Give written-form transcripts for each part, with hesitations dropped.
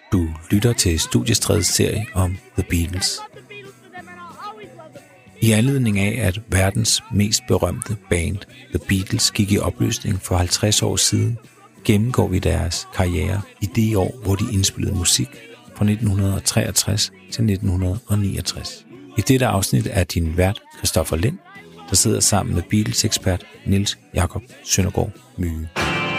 Du lytter til Studiestrædes serie om The Beatles. I anledning af, at verdens mest berømte band, The Beatles, gik i opløsning for 50 år siden, gennemgår vi deres karriere i det år, hvor de indspillede musik fra 1963 til 1969. I dette afsnit er din vært Christoffer Lind, der sidder sammen med Beatles-ekspert Niels Jakob Søndergaard Myge.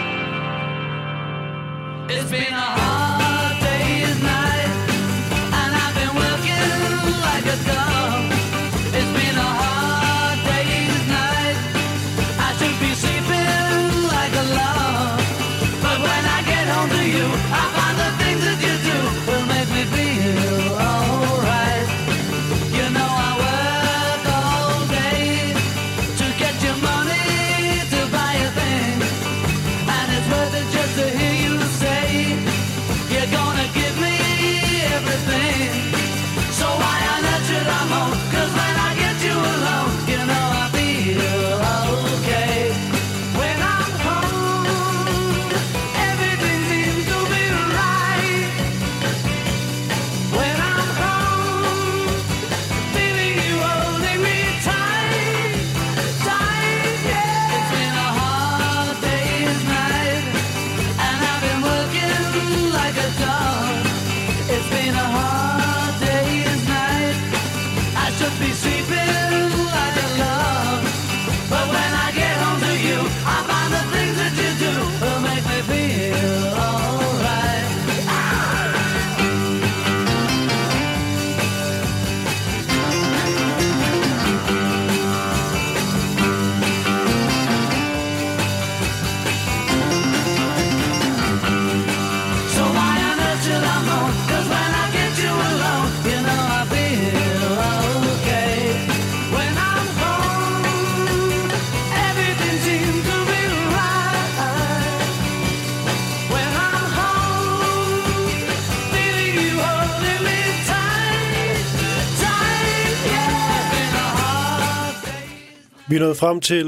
Vi er nået frem til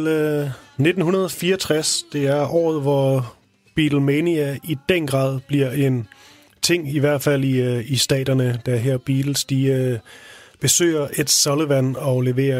1964. Det er året, hvor Beatlemania i den grad bliver en ting, i hvert fald i staterne, da her Beatles de besøger Ed Sullivan og leverer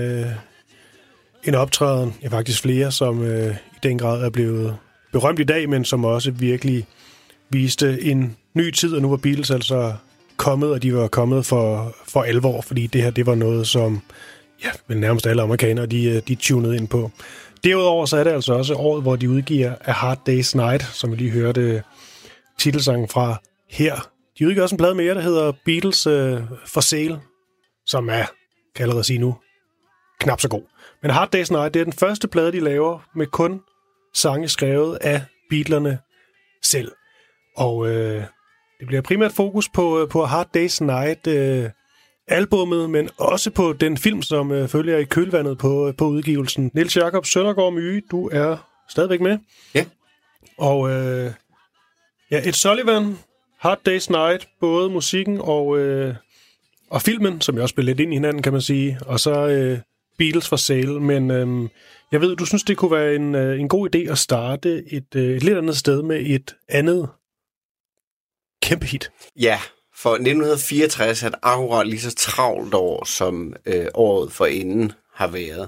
en optræden, ja faktisk flere, som i den grad er blevet berømt i dag, men som også virkelig viste en ny tid, og nu var Beatles altså kommet, og de var kommet for alvor, fordi det her, det var noget, som vel nærmest alle amerikanere, de tunede ind på. Derudover så er det altså også året, hvor de udgiver A Hard Day's Night, som vi lige hørte titelsangen fra her. De udgiver også en plade mere, der hedder Beatles for Sale, som er, kan jeg allerede sige nu, knap så god. Men A Hard Day's Night, det er den første plade, de laver med kun sange skrevet af Beatlerne selv. Og det bliver primært fokus på A Hard Day's Night albummet, men også på den film, som følger i kølvandet på udgivelsen. Niels Jakob Søndergaard Myge, du er stadigvæk med. Ja. Og Ed Sullivan, Hard Day's Night, både musikken og filmen, som jo også blev lidt ind i hinanden, kan man sige, og så Beatles for Sale. Men jeg ved, du synes, det kunne være en god idé at starte et lidt andet sted med et andet kæmpe hit. Ja, for 1964 er det akkurat lige så travlt år, som året forinden har været.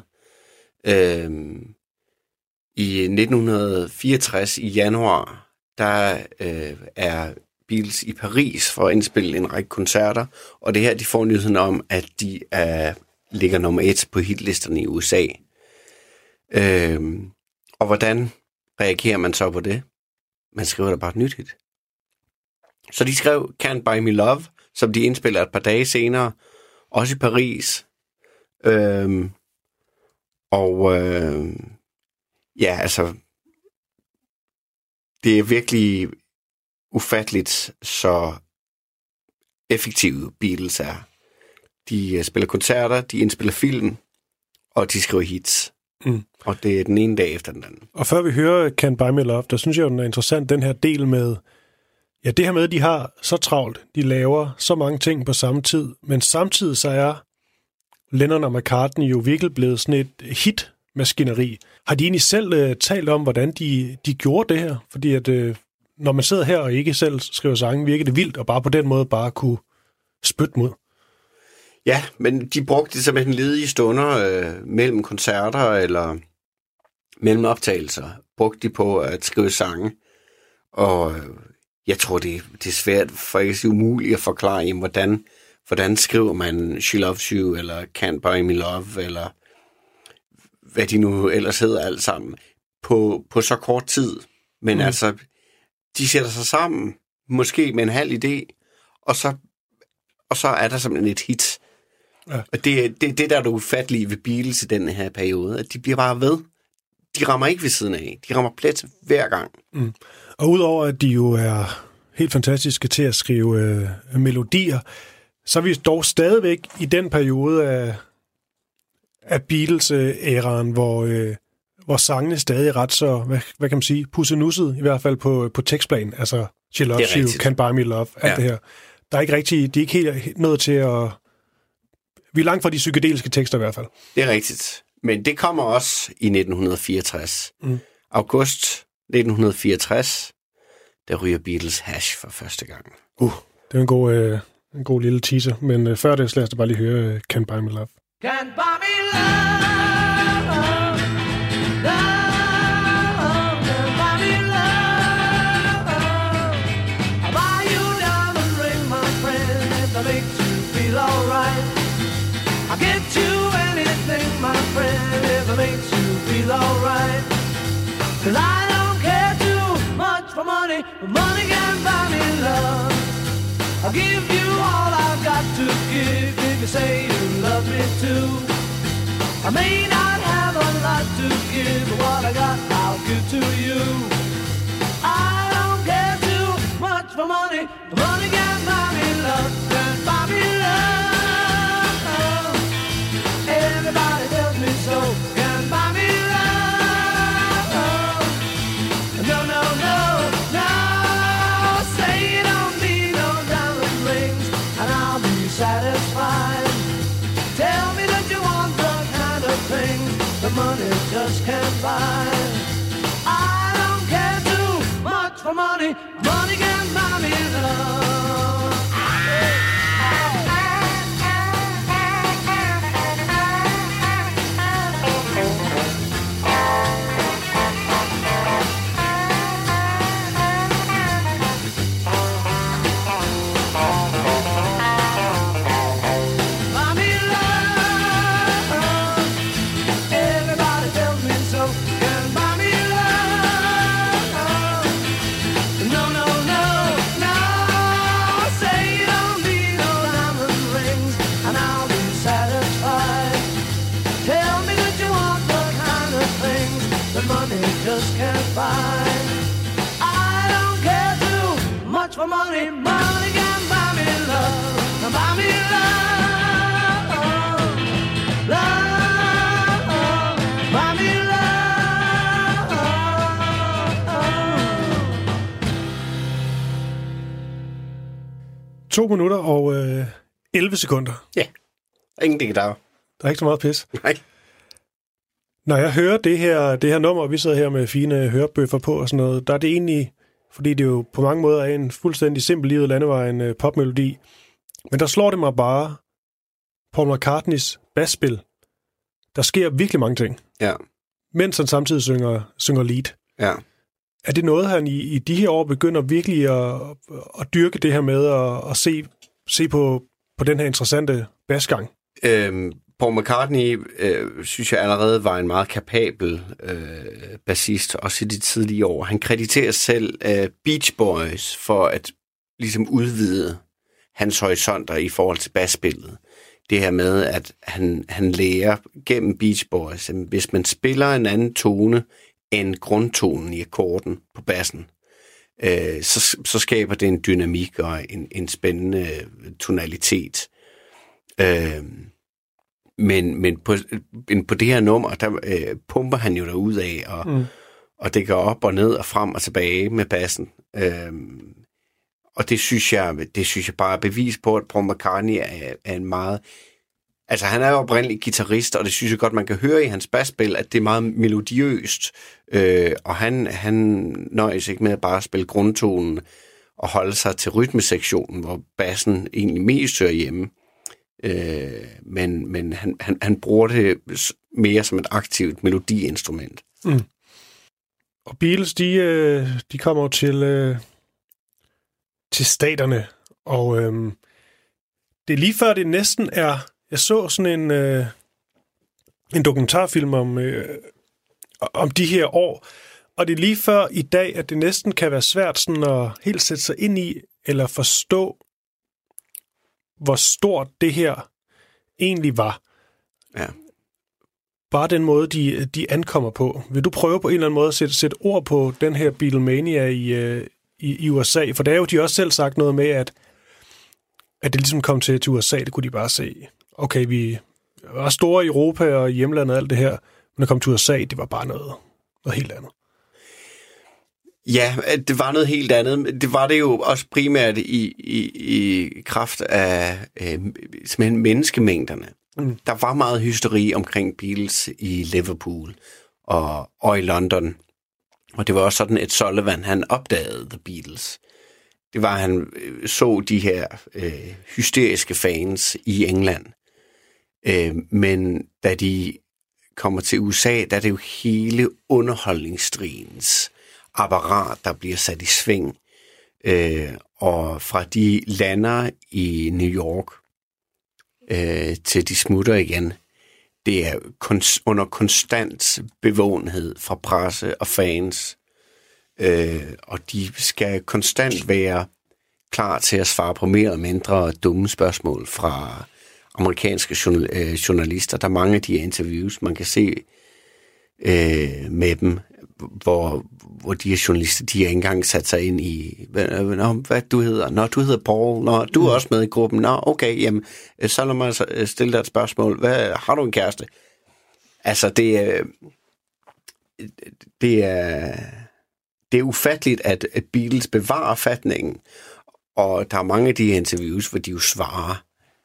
I 1964 i januar, der er Beatles i Paris for at indspille en række koncerter, og det her, de får nyheden om, at de ligger nummer 1 på hitlisterne i USA. Og hvordan reagerer man så på det? Man skriver da bare et nyt hit. Så de skrev Can't Buy Me Love, som de indspiller et par dage senere, også i Paris. Altså, det er virkelig ufatteligt, så effektive Beatles er. De spiller koncerter, de indspiller film, og de skriver hits. Mm. Og det er den ene dag efter den anden. Og før vi hører Can't Buy Me Love, der synes jeg, den er interessant, den her del med, ja, det her med, at de har så travlt, de laver så mange ting på samme tid, men samtidig så er Lennon og McCartney jo virkelig blevet sådan et hitmaskineri. Har de egentlig selv talt om, hvordan de gjorde det her? Fordi at når man sidder her og ikke selv skriver sange, virker det vildt, og bare på den måde bare kunne spytte mod. Ja, men de brugte det simpelthen ledige stunder mellem koncerter eller mellem optagelser, brugte de på at skrive sange. Og jeg tror, det er svært, for ikke at sige umuligt at forklare, hvordan skriver man She Loves You, eller Can't Buy Me Love, eller hvad de nu ellers hedder alt sammen, på så kort tid. Men altså, de sætter sig sammen, måske med en halv idé, og så er der simpelthen et hit. Ja. Og det der er ufattelige ved Beatles i den her periode, at de bliver bare ved. De rammer ikke ved siden af. De rammer plet hver gang. Mm. Og udover at de jo er helt fantastiske til at skrive melodier, så er vi dog stadigvæk i den periode af Beatles-æraen, hvor sangene stadig er ret så, hvad kan man sige, pussenusset, i hvert fald på tekstplan. Altså, She Loves You, Can't Buy Me Love, alt det her. Der er ikke rigtig, de er ikke helt nået til at... Vi er langt fra de psykedeliske tekster i hvert fald. Det er rigtigt. Men det kommer også i 1964. August 1964, der ryger Beatles hash for første gang. Det er en god lille teaser. Men før det, lad os bare lige høre Can't Buy Me Love. Can't buy me love, love, can't buy me love. I'll buy you a diamond ring, my friend, if that makes you feel alright. I'll get you anything, my friend, if it makes you feel alright. 'Cause I don't care too much for money, but money can't buy me love. I'll give you all I've got to give if you say you love me too. I may not have a lot to give, but what I got I'll give to you. I don't care too much for money, but money can't buy me love, can't buy me love. Everybody tells me so, can't buy me love. No, no, no, no. Say you don't need no diamond rings, and I'll be satisfied. Tell me that you want the kind of thing that money just can't buy. I don't care too much for money, money can't buy me love. Just can't buy. I don't care too much for money, money can buy me love, buy me love, love, buy me love. 2 minutter og 11 sekunder. Ja, ingenting der. Der er ikke så meget pis. Nej. Når jeg hører det her nummer, og vi sidder her med fine hørebøffer på og sådan noget, der er det egentlig, fordi det jo på mange måder er en fuldstændig simpel livet landevej, en popmelodi. Men der slår det mig bare, Paul McCartneys basspil. Der sker virkelig mange ting. Ja. Mens han samtidig synger lead. Ja. Er det noget, han i de her år begynder virkelig at dyrke det her med at se på den her interessante basgang? Paul McCartney synes jeg allerede var en meget kapabel bassist, også i de tidlige år. Han krediterer selv Beach Boys for at ligesom udvide hans horisonter i forhold til basspillet. Det her med, at han lærer gennem Beach Boys, at hvis man spiller en anden tone end grundtonen i akkorden på bassen, så skaber det en dynamik og en spændende tonalitet. Men på det her nummer, der pumper han jo derud af, og det går op og ned og frem og tilbage med bassen. Og det synes jeg bare er bevis på, at Paul McCartney er en meget Altså, han er jo oprindelig guitarist, og det synes jeg godt, man kan høre i hans basspil, at det er meget melodiøst. Og han nøjes ikke med at bare spille grundtonen og holde sig til rytmesektionen, hvor bassen egentlig mest hører hjemme. Men han bruger det mere som et aktivt melodiinstrument. Mm. Og Beatles, de kommer jo til staterne, og det er lige før det næsten er... Jeg så sådan en dokumentarfilm om de her år, og det er lige før i dag, at det næsten kan være svært sådan at helt sætte sig ind i, eller forstå, hvor stort det her egentlig var. Ja. Bare den måde, de ankommer på. Vil du prøve på en eller anden måde at sætte ord på den her Beatlemania i USA? For der er jo de også selv sagt noget med, at det ligesom kom til USA, det kunne de bare se. Okay, vi var store i Europa og i hjemlandet og alt det her, men det kom til USA, det var bare noget helt andet. Ja, det var noget helt andet. Det var det jo også primært i kraft af simpelthen menneskemængderne. Mm. Der var meget hysteri omkring Beatles i Liverpool og i London. Og det var også sådan, at Sullivan, han opdagede The Beatles. Det var, han så de her hysteriske fans i England. Men da de kommer til USA, der er det jo hele underholdningsstriens apparat, der bliver sat i sving. Og fra de lander i New York til de smutter igen, det er under konstant bevågenhed fra presse og fans. Og de skal konstant være klar til at svare på mere eller mindre dumme spørgsmål fra amerikanske journalister. Der er mange af de interviews, man kan se med dem, hvor de her journalister, de har ikke engang sat sig ind i, hvad du hedder. Nå, du hedder Paul. Nå, du er også med i gruppen. Nå, okay, jamen, så lad mig stille dig et spørgsmål. Har du en kæreste? Altså, det er ufatteligt, at Beatles bevarer fatningen, og der er mange af de her interviews, hvor de jo svarer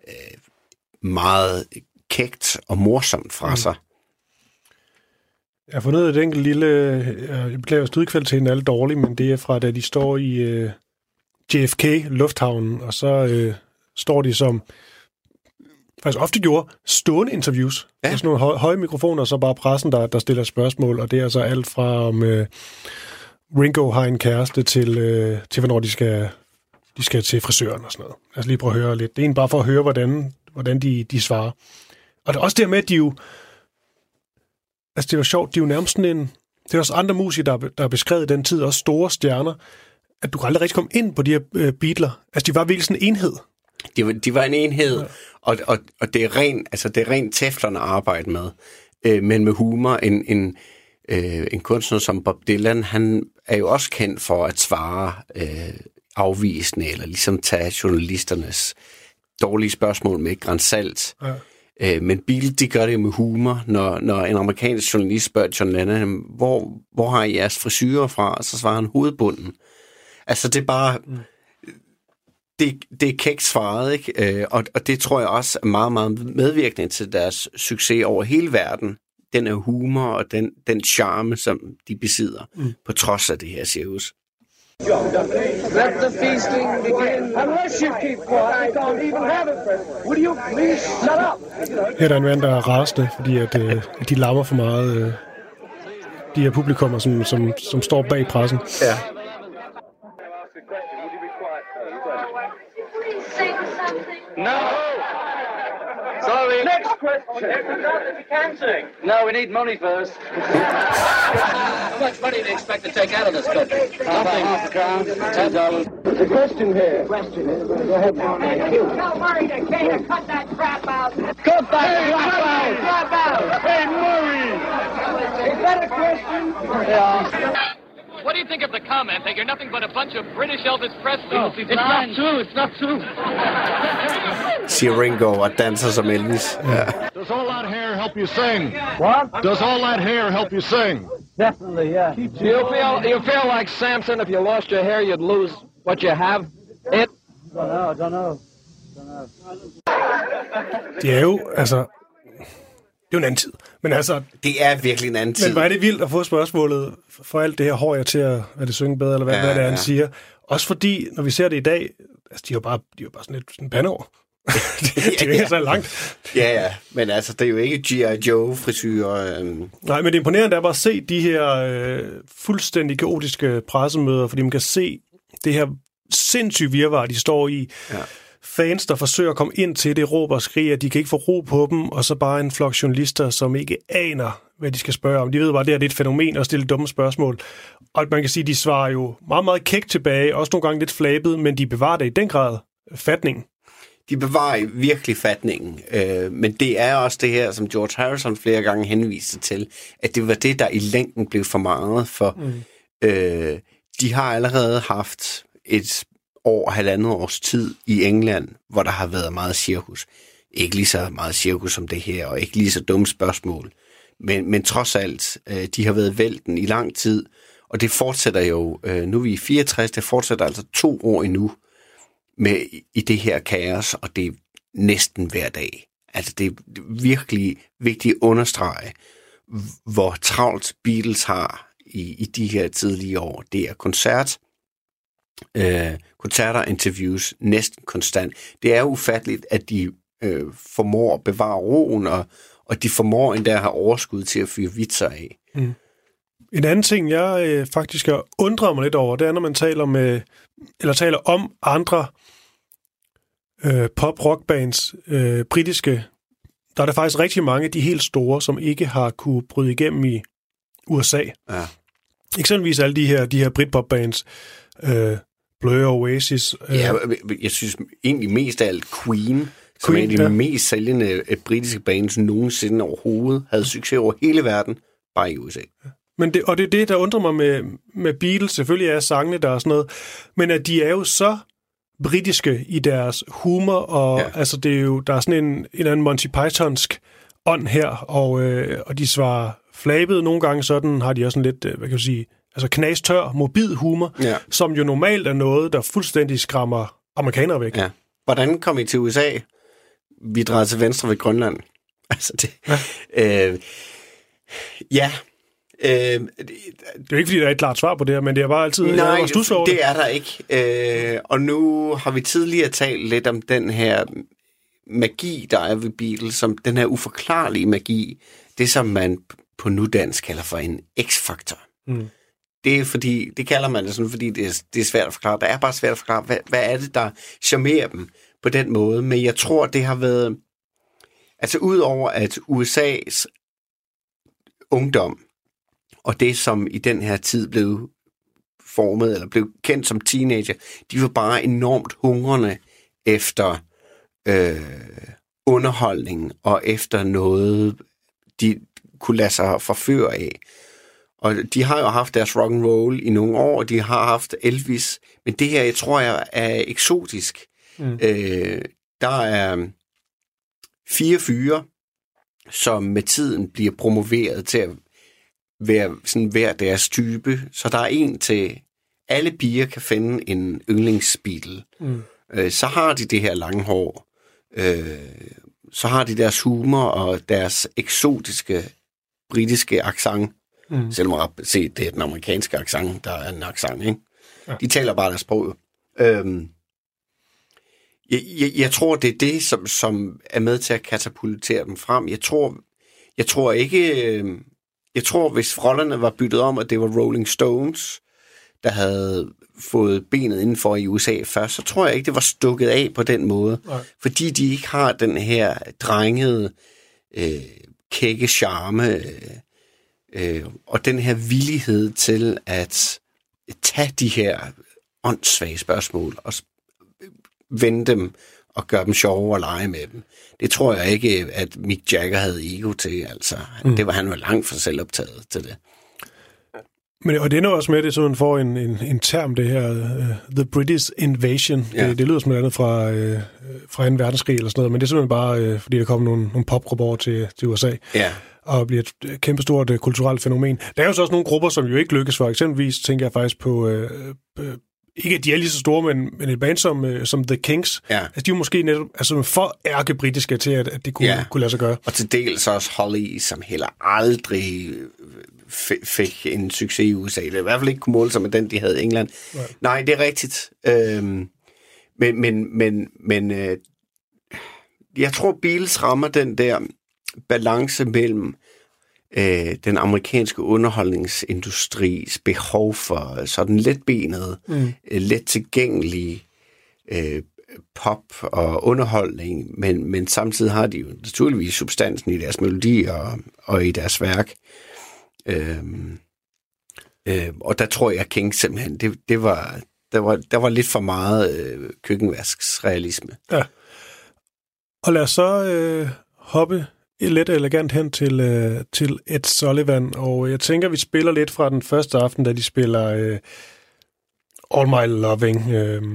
meget kægt og morsomt fra sig. Jeg har fundet et enkelt lille... Jeg beklager, stødkvaliteten er alt dårlig, men det er fra, da de står i JFK-lufthavnen, og så står de som... faktisk ofte gjorde stående interviews. Ja. Der er sådan nogle høje mikrofoner, og så bare pressen, der stiller spørgsmål, og det er så alt fra om Ringo har en kæreste til hvornår de skal til frisøren og sådan noget. Lad os lige prøve at høre lidt. Det er egentlig bare for at høre, hvordan de svarer. Og det er også det med, at de jo... Altså, det var sjovt. De er jo nærmest sådan en... Det er også andre musikere, der er beskrevet i den tid, også store stjerner, at du kan aldrig rigtig komme ind på de her Beatles. Altså, de var virkelig sådan en enhed. De var en enhed, ja. og det er rent teflon at arbejde med, men med humor. En kunstner som Bob Dylan, han er jo også kendt for at svare afvisende, eller ligesom tage journalisternes dårlige spørgsmål med gran salt. Ja. Men Beatles, de gør det med humor. Når en amerikansk journalist spørger John Lennon, hvor har I jeres frisyrer fra? Så svarer han hovedbunden. Altså, det er bare... Det er kækt svaret, ikke? Og det tror jeg også er meget, meget medvirkende til deres succes over hele verden. Den er humor og den charme, som de besidder, på trods af det her cirkus. Let the feasting begin. Unless you keep quiet, I can't even have it. Will you please shut up? Her er der en mand, der er rasende, fordi at de larmer for meget. De her publikummer, som står bag pressen. Ja. No! Sorry. Next question. You can sing. No, we need money first. How much money do you expect to take out of this country? Nothing. $10. The question here. Go ahead now. Thank you. Tell Murray to cut that crap out. Cut that crap out. Hey, Murray. Is that a question? Yeah. What do you think of the comment that you're nothing but a bunch of British Elvis Presley? Oh, it's not true. It's not true. Siger Ringo og danser som Elvis. Ja. Does all that hair help you sing? What? Does all that hair help you sing? Definitely, yeah. You feel like Samson. If you lost your hair, you'd lose what you have. I don't know. Det er jo, altså... Det er jo en anden tid. Men altså... Det er virkelig en anden tid. Men hvor er det vildt at få spørgsmålet for alt det her hår jeg til at det synge bedre, eller hvad det er, han siger. Også fordi, når vi ser det i dag, altså, de er jo bare sådan lidt sådan bandeord. det er jo ikke så langt. Ja, men altså, det er jo ikke G.I. Joe-frisyrer. Nej, men det imponerende er bare at se de her fuldstændig kaotiske pressemøder, fordi man kan se det her sindssyge virvar, de står i. Ja. Fans, der forsøger at komme ind til det, råber og skriger, at de kan ikke få ro på dem, og så bare en flok journalister, som ikke aner, hvad de skal spørge om. De ved bare, at det er et fænomen at stille dumme spørgsmål. Og man kan sige, at de svarer jo meget, meget kækt tilbage, også nogle gange lidt flabet, men de bevarer det i den grad fatningen. De bevarer virkelig fatningen, men det er også det her, som George Harrison flere gange henviste til, at det var det, der i længden blev for meget, for de har allerede haft et halvandet års tid i England, hvor der har været meget cirkus. Ikke lige så meget cirkus som det her, og ikke lige så dumme spørgsmål. Men trods alt, de har været vælten i lang tid, og det fortsætter jo, nu er vi i 64, det fortsætter altså 2 år endnu med i det her kaos, og det er næsten hver dag. Altså det er virkelig vigtigt at understrege, hvor travlt Beatles har i de her tidlige år. Det er koncerter, interviews, næsten konstant. Det er ufatteligt, at de formår at bevare roen, og de formår endda at have overskud til at fyre vitser af. Mm. En anden ting, jeg faktisk har undret mig lidt over, det er, når man taler om andre pop-rock-bands, britiske, der er der faktisk rigtig mange af de helt store, som ikke har kunne bryde igennem i USA. Ja. Eksempelvis alle de her Britpop-bands, Blur, Oasis. Ja, jeg synes egentlig mest af alt Queen, som er de mest sælgende britiske bands nogensinde overhovedet, havde succes over hele verden, bare i USA. Men det er det, der undrer mig med Beatles. Selvfølgelig er sangene der og sådan noget, men at de er jo så britiske i deres humor, og altså det er jo, der er sådan en eller anden Monty Pythonsk ånd her, og de svarer flabet nogle gange, sådan har de også sådan lidt, hvad kan jeg sige, altså knastør, morbid humor, som jo normalt er noget, der fuldstændig skræmmer amerikanere væk. Ja. Hvordan kom I til USA? Vi drejede til venstre ved Grønland. Altså det... det er jo ikke, fordi der er et klart svar på det her, men det er bare altid... Nej, det er der ikke. Og nu har vi tidligere talt lidt om den her magi, der er ved Beatles, som den her uforklarlige magi, det som man på nudansk kalder for en X-faktor. Mm. Det er fordi, det kalder man det sådan, fordi det er svært at forklare. Det er bare svært at forklare, hvad er det, der charmerer dem på den måde. Men jeg tror, det har været... Altså udover at USA's ungdom, og det, som i den her tid blev formet, eller blev kendt som teenager, de var bare enormt hungrende efter underholdning, og efter noget, de kunne lade sig forføre af. Og de har jo haft deres rock and roll i nogle år, og de har haft Elvis, men det her, jeg tror, er eksotisk. Mm. Der er 4 fyre, som med tiden bliver promoveret til at være sådan hver deres type, så der er en til alle piger kan finde en yndlingsbeatle. Mm. Så har de det her lange hår, så har de deres humor og deres eksotiske britiske accent. Mm. Selvom man se, det er den amerikanske accent, der er en accent, ikke? Ja. De taler bare deres sprog. Jeg tror, det er det, som er med til at katapultere dem frem. Jeg tror ikke... Jeg tror, hvis rollerne var byttet om, at det var Rolling Stones, der havde fået benet indenfor i USA først, så tror jeg ikke, det var stukket af på den måde. Nej. Fordi de ikke har den her drengede, kække charme, og den her villighed til at tage de her åndssvage spørgsmål og vende dem og gøre dem sjove og lege med dem. Det tror jeg ikke, at Mick Jagger havde ego til. Altså. Det var han jo langt for selvoptaget til det. Men, og det ender også med, at det sådan får en term, det her The British Invasion. Ja. Det lyder som noget fra 2. verdenskrig eller sådan noget, men det er simpelthen bare, fordi der kommer nogle popgrupper over til USA. Ja. Og bliver et kæmpestort kulturelt fænomen. Der er jo så også nogle grupper, som jo ikke lykkes for. Eksempelvis tænker jeg faktisk på ikke at de er lige så store, men et band som The Kinks, altså de er måske netop for ærkebritiske til, at det kunne lade sig gøre. Og til dels også Holly, som heller aldrig fik en succes i USA. Det i hvert fald ikke kunne måle sig med den, de havde i England. Nej, det er rigtigt. Men jeg tror, Beatles rammer den der balance mellem den amerikanske underholdningsindustris behov for sådan letbenet, let tilgængelig pop og underholdning, men samtidig har de jo naturligvis substansen i deres melodi og i deres værk. Og der tror jeg, King simpelthen, der var lidt for meget køkkenvasksrealisme. Ja. Og lad os så hoppe let elegant hen til Ed Sullivan, og jeg tænker, vi spiller lidt fra den første aften, da de spiller All My Loving.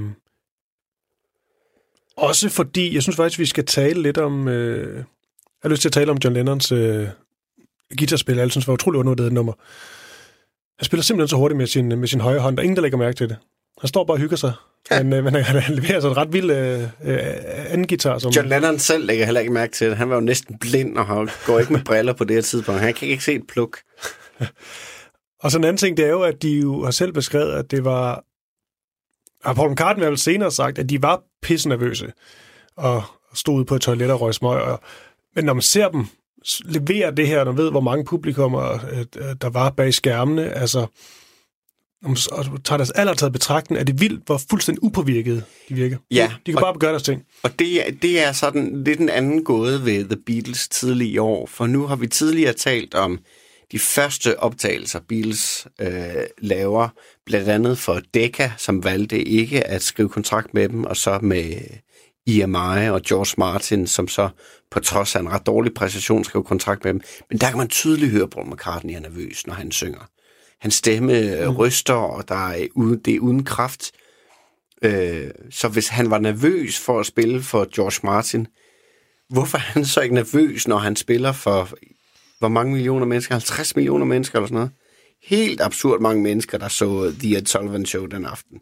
Også fordi, jeg synes faktisk, vi skal tale lidt om... jeg har lyst til at tale om John Lennons guitarspil. Jeg synes, det var utroligt undervurderet nummer. Han spiller simpelthen så hurtigt med sin højre hånd. Der er ingen, der lægger mærke til det. Han står bare og hygger sig. Ja. Men han leverer så en ret vild anden guitar. Som... John Lennon selv lægger heller ikke mærke til det. Han var jo næsten blind, og han går ikke med briller på det her tidspunkt. Han kan ikke se et pluk. Og så en anden ting, det er jo, at de jo har selv beskrevet, at det var... Og Paul McCartney har vel senere sagt, at de var pissenervøse og stod på et toilet og røg smøg. Men når man ser dem levere det her, og man ved, hvor mange publikummer der var bag skærmene, altså... Og tager deres allertaget betragtning, at det vildt, hvor fuldstændig upåvirket de virker. Ja, de kan bare gøre deres ting. Og det er sådan lidt den anden gåde ved The Beatles tidlige år, for nu har vi tidligere talt om de første optagelser, Beatles laver, blandt andet for Decca, som valgte ikke at skrive kontrakt med dem, og så med EMI og George Martin, som så på trods af en ret dårlig præstation skrev kontrakt med dem. Men der kan man tydeligt høre, at Paul McCartney er nervøs, når han synger. Hans stemme ryster, og det er uden kraft. Så hvis han var nervøs for at spille for George Martin, hvorfor er han så ikke nervøs, når han spiller for hvor mange millioner mennesker? 50 millioner mennesker eller sådan noget? Helt absurd mange mennesker, der så The Ed Sullivan Show den aften.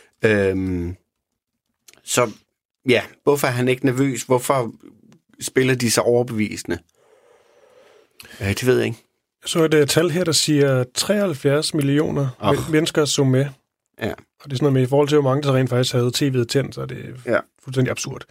Så ja, hvorfor er han ikke nervøs? Hvorfor spiller de så overbevisende? Det ved jeg ikke. Så er det et tal her, der siger 73 millioner mennesker så med. Ja. Og det er sådan noget med, i forhold til, hvor mange der rent faktisk havde tv'et tændt, så er det fuldstændig absurd.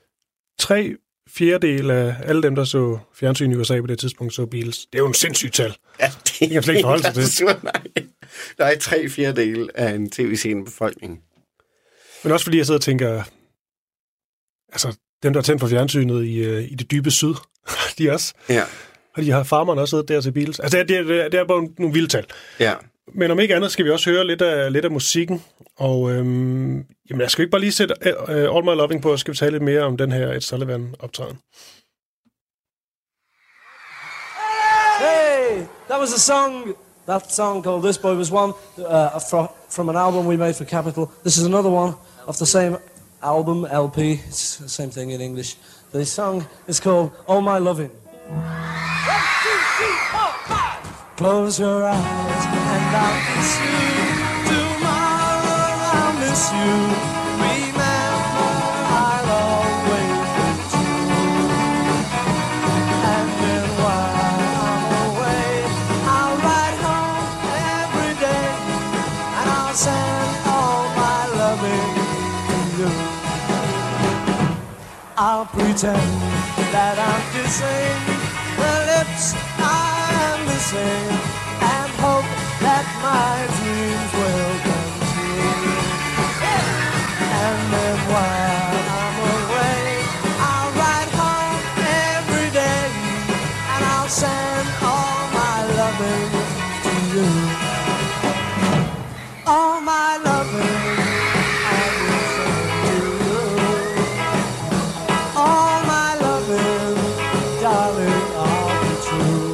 3/4 af alle dem, der så fjernsyn i USA på det tidspunkt, så Beatles. Det er jo en sindssygt tal. Ja, det kan slet ikke forholde sig til. Absurd, nej. Der er 3/4 af en tv-seende befolkning. Men også fordi jeg sidder og tænker, altså dem, der er tændt for fjernsynet i det dybe syd, de også. Ja. Og de har farmerne også siddet der til Beatles. Altså, det er bare nogle vilde tal. Ja. Men om ikke andet skal vi også høre lidt af musikken. Og jamen, jeg skal ikke bare lige sætte All My Loving på, og skal vi tale lidt mere om den her Ed Sullivan-optræden. Hey! That was that song called This Boy Was One, from an album we made for Capitol. This is another one of the same album, LP. It's the same thing in English. The song is called All My Loving. 1, 2, 3, 4, 5. Close your eyes and I'll miss you. Tomorrow I'll miss you. Remember I'll always be true. And then while I'm away, I'll ride home every day, and I'll send all my loving to you. I'll pretend that I'm kissing the lips I am missing, and hope that my dreams will come true. And then while I'm away, I'll ride home every day, and I'll send all my loving to you. All my loving I will send to you. All my loving, darling, I'll be true.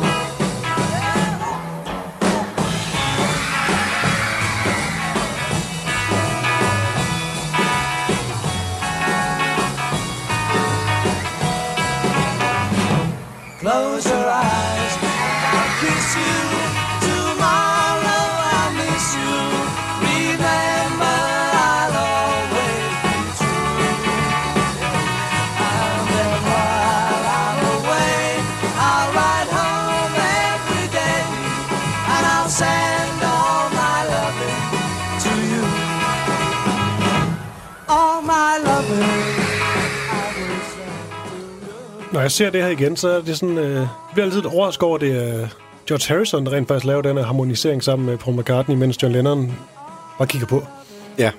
Close your eyes and I'll kiss you. Tomorrow I'll miss you. Remember Når jeg ser det her igen, så er det sådan, jeg bliver altid overrasket over, det er George Harrison, der rent faktisk laver den her harmonisering sammen med Paul McCartney, mens John Lennon bare kigger på. Ja.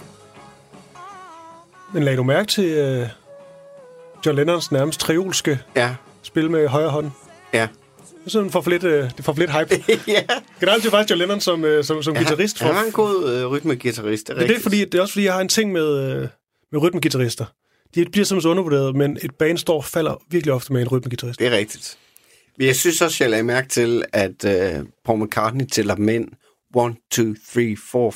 Men lagde du mærke til John Lennons nærmest triolske spil med højre hånd? Ja. Det får for lidt hype. Ja. Generelt er faktisk John Lennon som guitarist. Han er en god rytmegitarrist, det er også fordi, jeg har en ting med rytmegitarrister. De bliver simpelthen undervurderet, men et band falder virkelig ofte med en rytmegitarrist. Det er rigtigt. Jeg synes også, jeg lagde mærke til, at Paul McCartney tæller dem ind 1, 2, 3, 4,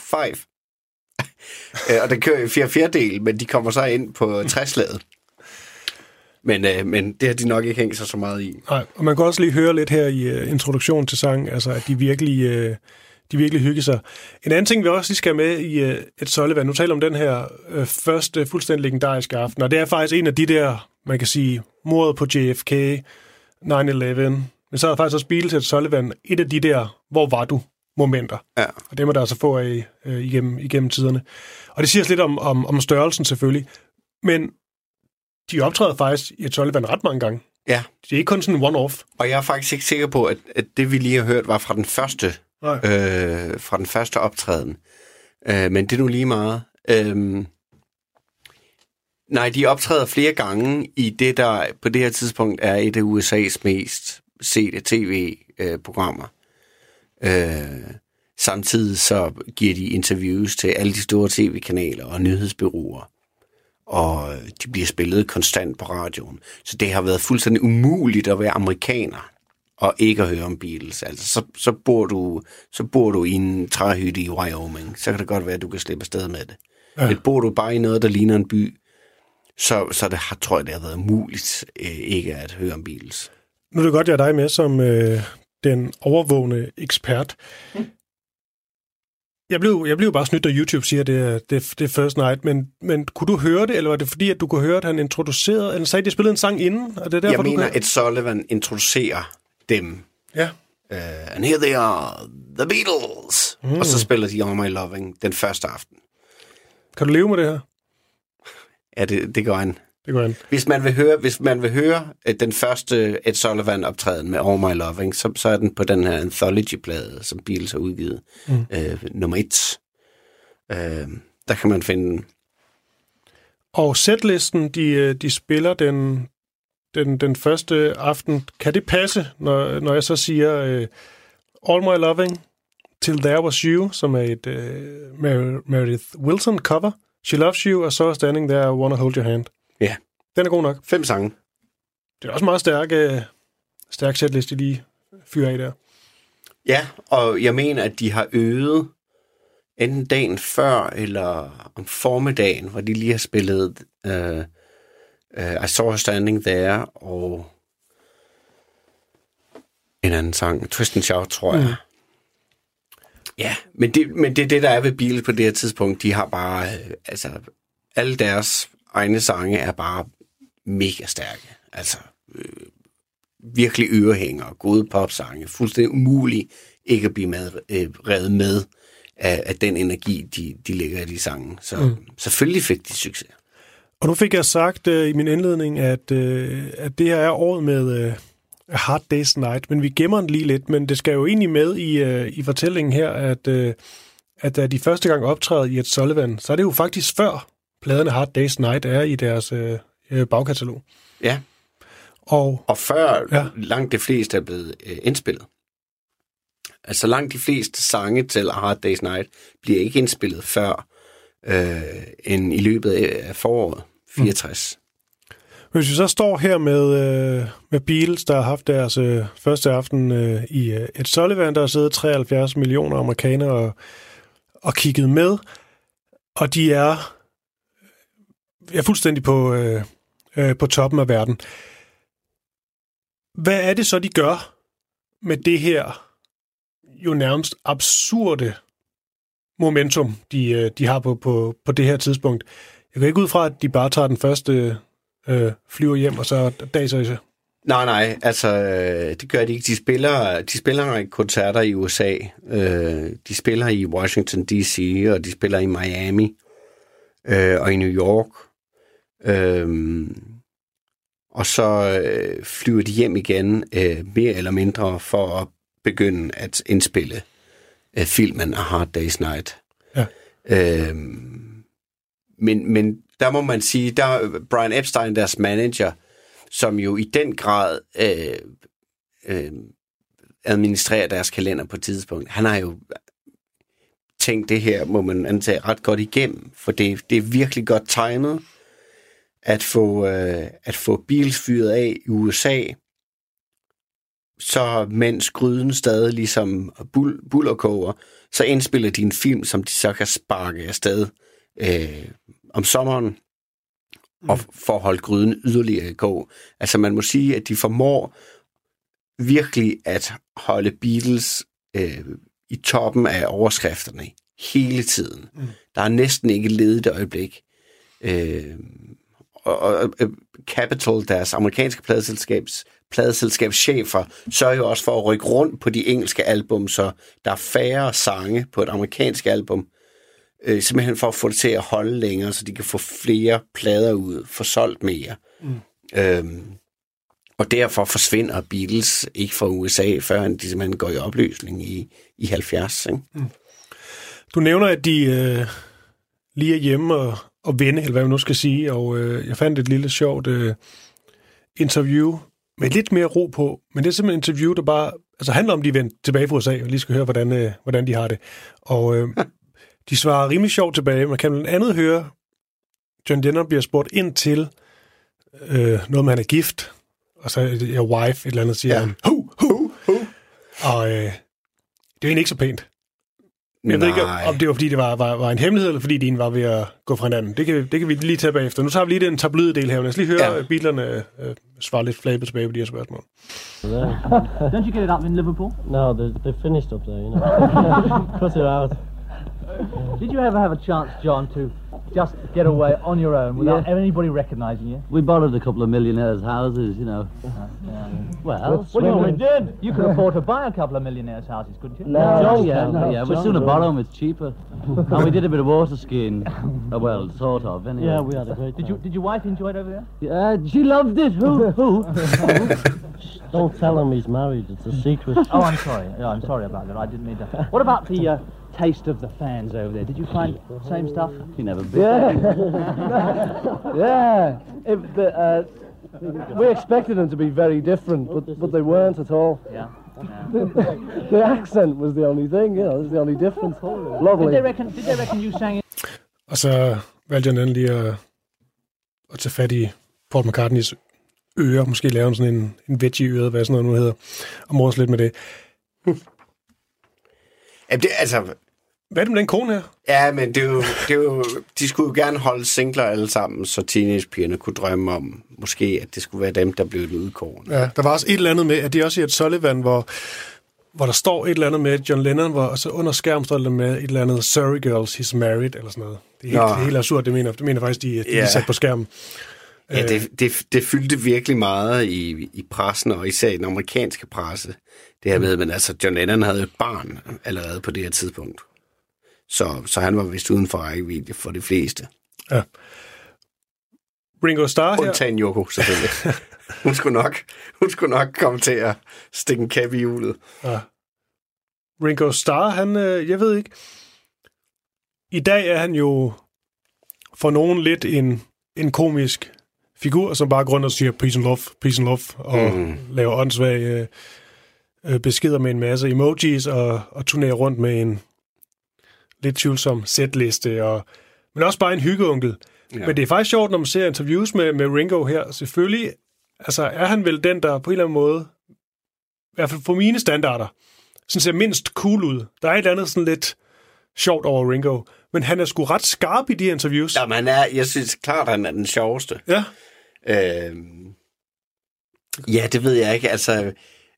5. Og det kører i 4/4, men de kommer så ind på træslaget. Men det har de nok ikke hængt sig så meget i. Nej, og man kan også lige høre lidt her i introduktionen til sangen, altså at de virkelig hygger sig. En anden ting, vi også lige skal have med i Ed Sullivan, nu taler om den her første fuldstændig legendariske aften, og det er faktisk en af de der, man kan sige, mordet på JFK, 9/11, men så er der faktisk også Beatles Ed Sullivan, et af de der, hvor var du momenter. Ja. Og det må der altså få af igennem tiderne. Og det siger os lidt om størrelsen selvfølgelig, men de optræder faktisk i Ed Sullivan ret mange gange. Ja. Det er ikke kun sådan en one-off. Og jeg er faktisk ikke sikker på, at det vi lige har hørt var fra den første optræden. Men det er nu lige meget. Nej, de optræder flere gange i det, der på det her tidspunkt er et af USA's mest sete tv-programmer. Samtidig så giver de interviews til alle de store tv-kanaler og nyhedsbureauer. Og de bliver spillet konstant på radioen. Så det har været fuldstændig umuligt at være amerikaner og ikke at høre om Beatles. Altså, så bor du i en træhytte i Wyoming. Så kan det godt være, at du kan slippe afsted med det. Ja. Men bor du bare i noget, der ligner en by, så tror jeg, det har været muligt ikke at høre om Beatles. Nu er det godt, jeg er dig med som den overvågende ekspert. Jeg blev bare snydt, da YouTube siger, det er First Night, men kunne du høre det, eller var det fordi, at du kunne høre, at han introducerede, eller sagde, at de spillede en sang inden? Og det er derfor, jeg mener, at Sullivan introducerer dem. Ja. And here they are, the Beatles. Og så spiller de All My Loving den første aften. Kan du leve med det her? Ja, det går an. Det går an. Hvis man vil høre den første Ed Sullivan optræden med All My Loving, så er den på den her anthology-plade, som Beatles har udgivet. Nummer 1. Der kan man finde den. Og setlisten, de spiller den første aften. Kan det passe, når jeg så siger All My Loving, Till There Was You, som er et Meredith Wilson cover, She Loves You, og så Standing There, I Wanna Hold Your Hand. Ja. Den er god nok. 5 sange. Det er også meget stærk setliste, de lige fyrer af der. Ja, og jeg mener, at de har øvet enten dagen før eller om formiddagen, hvor de lige har spillet I Saw Her Standing There og en anden sang, Twist and Shout, tror jeg. Ja, men det er det, der er ved Beatles på det her tidspunkt. De har bare, alle deres egne sange er bare mega stærke. Altså, virkelig ørehænger, gode popsange, fuldstændig umuligt ikke at blive revet med af den energi, de lægger i de sange. Så selvfølgelig fik de succes. Og nu fik jeg sagt i min indledning, at det her er året med A Hard Day's Night, men vi gemmer den lige lidt, men det skal jo egentlig med i fortællingen her, at da de første gang optræder i Ed Sullivan, så er det jo faktisk før pladerne Hard Day's Night er i deres bagkatalog. Ja. Og før langt de fleste er blevet indspillet. Altså langt de fleste sange til A Hard Day's Night bliver ikke indspillet før end i løbet af foråret 64. Hvis vi så står her med Beatles, der har haft deres første aften i Ed Sullivan, der har siddet 73 millioner amerikanere og kigget med, og de er fuldstændig på toppen af verden. Hvad er det så, de gør med det her jo nærmest absurde momentum, de har på det her tidspunkt? Jeg går ikke ud fra, at de bare tager den første flyver hjem, og så daser i sig. Nej, altså det gør de ikke. De spiller en række koncerter i USA. De spiller i Washington D.C., og de spiller i Miami og i New York. og så flyver de hjem igen, mere eller mindre, for at begynde at indspille filmen A Hard Day's Night. Ja. Men der må man sige, der Brian Epstein, deres manager, som jo i den grad administrerer deres kalender på et tidspunkt, han har jo tænkt det her, må man antage, ret godt igennem, for det er virkelig godt timet at få Beatles fyret af i USA, så mens gryden stadig ligesom bullerkoger, så indspiller de en film, som de så kan sparke afsted om sommeren, og for at holde gryden yderligere i kog. Altså man må sige, at de formår virkelig at holde Beatles i toppen af overskrifterne hele tiden. Der er næsten ikke ledet øjeblik. Og Capitol, deres amerikanske pladeselskabschefer, sørger jo også for at rykke rundt på de engelske album, så der er færre sange på et amerikansk album, simpelthen for at få det til at holde længere, så de kan få flere plader ud, få solgt mere. Og derfor forsvinder Beatles ikke fra USA, før de simpelthen går i opløsning i 70. Ikke? Du nævner, at de lige er hjemme og vende, eller hvad man nu skal sige, og jeg fandt et lille sjovt interview med lidt mere ro på, men det er simpelthen et interview, der bare handler om, de er vendt tilbage fra USA, og lige skal høre, hvordan de har det. Og de svarer rimelig sjovt tilbage. Man kan blandt andet høre, John Lennon bliver spurgt ind til noget med, han er gift, og så er wife, et eller andet, siger han, hu. Og det er egentlig ikke så pænt. Jeg ved ikke, om det var, fordi det var en hemmelighed, eller fordi de var ved at gå fra hinanden. Det kan vi lige tage bagefter. Nu tager vi lige den tabloide del her. Lad os lige høre Beatlerne svare lidt flabet tilbage på de her spørgsmål. Don't you get it up in Liverpool? No, they finished up there, you know. Cut it out. Did you ever have a chance, John, to just get away on your own without anybody recognizing you? We borrowed a couple of millionaires' houses, you know. Well, we did. You could afford to buy a couple of millionaires' houses, couldn't you? No, yeah. We'd sooner borrow them, it's cheaper. And we did a bit of water skiing. Well, sort of, anyway. Yeah, we had a great time. Did your wife enjoy it over there? Yeah, she loved it. Who? Don't tell him he's married, it's a secret. Oh, I'm sorry. I'm sorry about that. I didn't mean to. What about the taste of the fans over there? Did you find same stuff? You never been. Yeah. We expected them to be very different, but they weren't at all. Yeah. The accent was the only thing, you know, it was the only difference. Lovely. Did they reckon you sang it? Og så valgte jeg lige at tage fat i Paul McCartneys ører, måske lave sådan en veggie øret, hvad sådan noget nu hedder, og morse lidt med det. Ja, det altså... Hvad er det med den kone her? Ja, men det er jo, de skulle jo gerne holde singler alle sammen, så teenagepigerne kunne drømme om, måske, at det skulle være dem, der blev udkårende. Ja, der var også et eller andet med, at de også i et Sullivan, hvor der står et eller andet med John Lennon, og så under skærmen står der med et eller andet, Sorry girls, he's married, eller sådan noget. Det er helt absurd, det mener faktisk, de sat på skærmen. Ja, det fyldte virkelig meget i pressen, og især i den amerikanske presse, det her med, men altså, John Lennon havde et barn allerede på det her tidspunkt. Så han var vist uden for rækkevidde for de fleste. Ja. Ringo Starr her. Undtagen Yoko, selvfølgelig. hun skulle nok komme til at stikke en kæp i hjulet. Ja. Ringo Starr, han, jeg ved ikke, i dag er han jo for nogen lidt en komisk figur, som bare grunder og siger peace and love, og laver åndssvage beskeder med en masse emojis, og turnerer rundt med en lidt tvivlsom setliste, men også bare en hyggeonkel. Ja. Men det er faktisk sjovt, når man ser interviews med Ringo her. Selvfølgelig altså, er han vel den, der på en eller anden måde, i hvert fald for mine standarder, sådan ser mindst cool ud. Der er et andet sådan lidt sjovt over Ringo, men han er sgu ret skarp i de her interviews. Ja, men jeg synes klart, han er den sjoveste. Ja. Ja, det ved jeg ikke. Altså,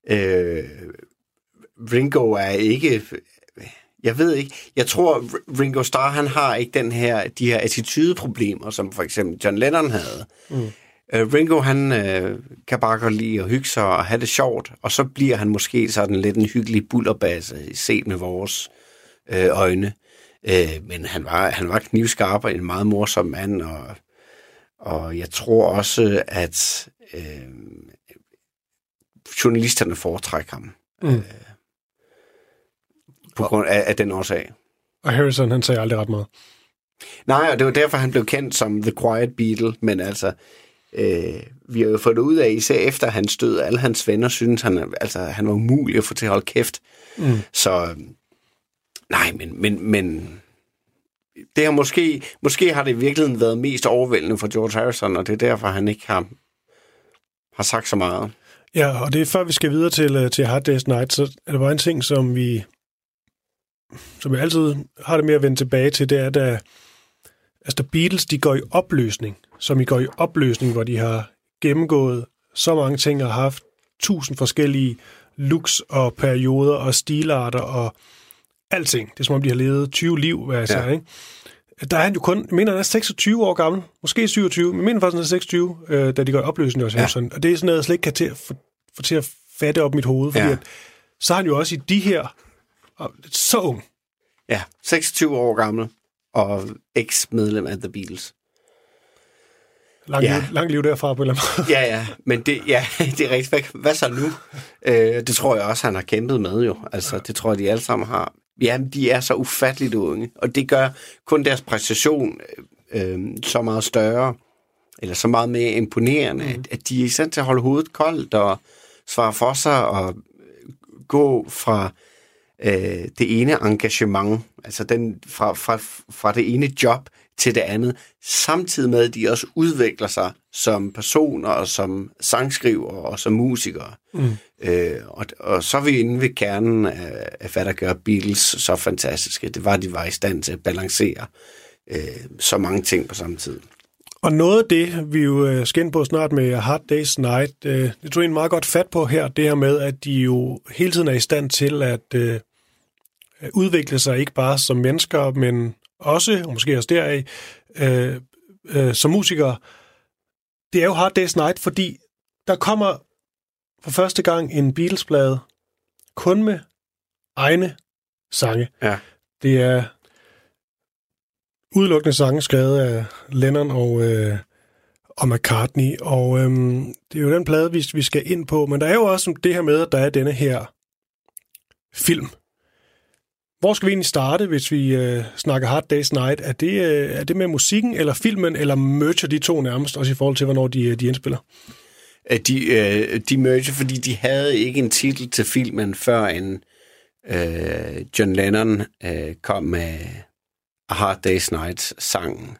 Ringo er ikke... Jeg ved ikke. Jeg tror, Ringo Starr, han har ikke de her attitudeproblemer, som for eksempel John Lennon havde. Ringo, han kan bare godt lide at hygge sig og have det sjovt, og så bliver han måske sådan lidt en hyggelig bullerbasse, set med vores øjne. Men han var knivskarp og en meget morsom mand, Og jeg tror også, at journalisterne foretrækker ham. På grund af den årsag. Og Harrison, han sagde aldrig ret meget. Nej, og det var derfor, han blev kendt som The Quiet Beatle, men altså, vi har jo fået det ud af, især efter hans død, alle hans venner synes, han var umulig at få til at holde kæft. Så, nej, men det har måske har det i virkeligheden været mest overvældende for George Harrison, og det er derfor, han ikke har sagt så meget. Ja, og det er før vi skal videre til Hard Day's Night, så er der bare en ting, som jeg altid har det med at vende tilbage til, det er, da Beatles, de går i opløsning, hvor de har gennemgået så mange ting og haft 1000 forskellige looks og perioder og stilarter og alting. Det er som om, de har levet 20 liv, hvad jeg siger, ikke? Der er han jo kun, jeg mener, han er 26 år gammel, måske 27, men jeg mener faktisk, han er 26, da de går i opløsning også. Ja. Og det er sådan noget, jeg slet ikke kan få til at fatte op mit hoved, fordi at, så er han jo også i de her, så ung. Ja, 26 år gammel, og eks-medlem af The Beatles. Lang liv derfra på en eller anden måde. Ja, men det er rigtigt. Hvad så nu? Det tror jeg også, han har kæmpet med jo. Altså, det tror jeg, de alle sammen har. Jamen, de er så ufatteligt unge, og det gør kun deres præstation så meget større, eller så meget mere imponerende, at de er i stand til at holde hovedet koldt og svare for sig og gå fra det ene engagement, altså fra det ene job til det andet, samtidig med, at de også udvikler sig som personer og som sangskriver og som musikere. Og så er vi inde ved kernen af hvad der gør Beatles så fantastiske. Det var, at de var i stand til at balancere så mange ting på samme tid. Og noget af det, vi jo skal ind på snart med Hard Day's Night, det tog en meget godt fat på her, det her med, at de jo hele tiden er i stand til at udvikle sig, ikke bare som mennesker, men også, og måske også deraf, som musikere. Det er jo Hard Day's Night, fordi der kommer for første gang en Beatles-plade kun med egne sange. Ja. Det er udelukkende sange skrevet af Lennon og McCartney, og det er jo den plade, vi skal ind på, men der er jo også det her med, at der er denne her film. Hvor skal vi egentlig starte, hvis vi snakker Hard Day's Night? Er det med musikken, eller filmen, eller merger de to nærmest, også i forhold til, hvornår de indspiller? De merger, fordi de havde ikke en titel til filmen, før en John Lennon kom med A Hard Day's Night-sangen.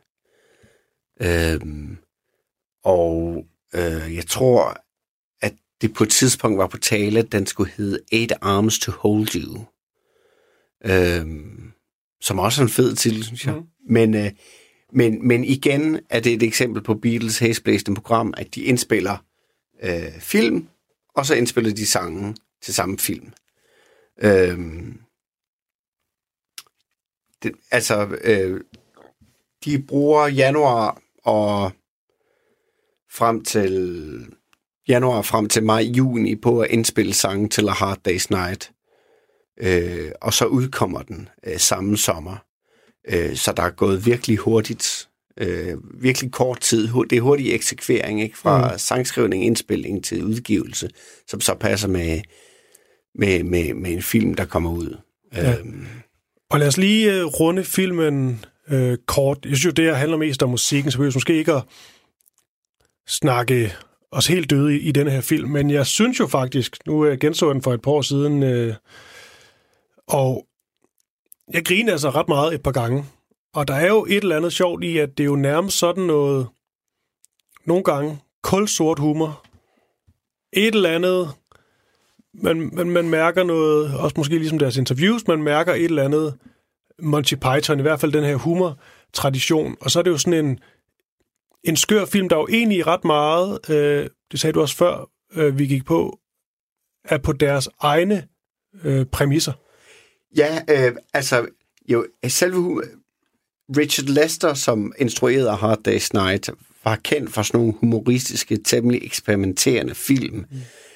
Jeg tror, at det på et tidspunkt var på tale, at den skulle hedde 8 Arms to Hold You. Som også er en fed titel, synes jeg. Men igen er det et eksempel på Beatles hæsblæsende program, at de indspiller film, og så indspiller de sangen til samme film. De bruger januar frem til maj-juni på at indspille sangen til A Hard Day's Night. Og så udkommer den samme sommer. Så der er gået virkelig hurtigt, virkelig kort tid. Det er hurtig eksekvering, ikke? Fra sangskrivning, indspilning til udgivelse, som så passer med en film, der kommer ud. Ja. Og lad os lige runde filmen kort. Jeg synes jo, det her handler mest om musikken, så vi måske ikke at snakke os helt døde i denne her film, men jeg synes jo faktisk, nu genså den for et par år siden, og jeg griner altså ret meget et par gange. Og der er jo et eller andet sjovt i, at det er jo nærmest sådan noget, nogle gange, kulsort humor. Et eller andet, man mærker noget, også måske ligesom deres interviews, man mærker et eller andet Monty Python, i hvert fald den her humor-tradition. Og så er det jo sådan en skør film, der jo egentlig ret meget, det sagde du også før, vi gik på, er på deres egne præmisser. Ja, selve Richard Lester, som instruerede A Hard Day's Night, var kendt for sådan nogle humoristiske, temmelig eksperimenterende film.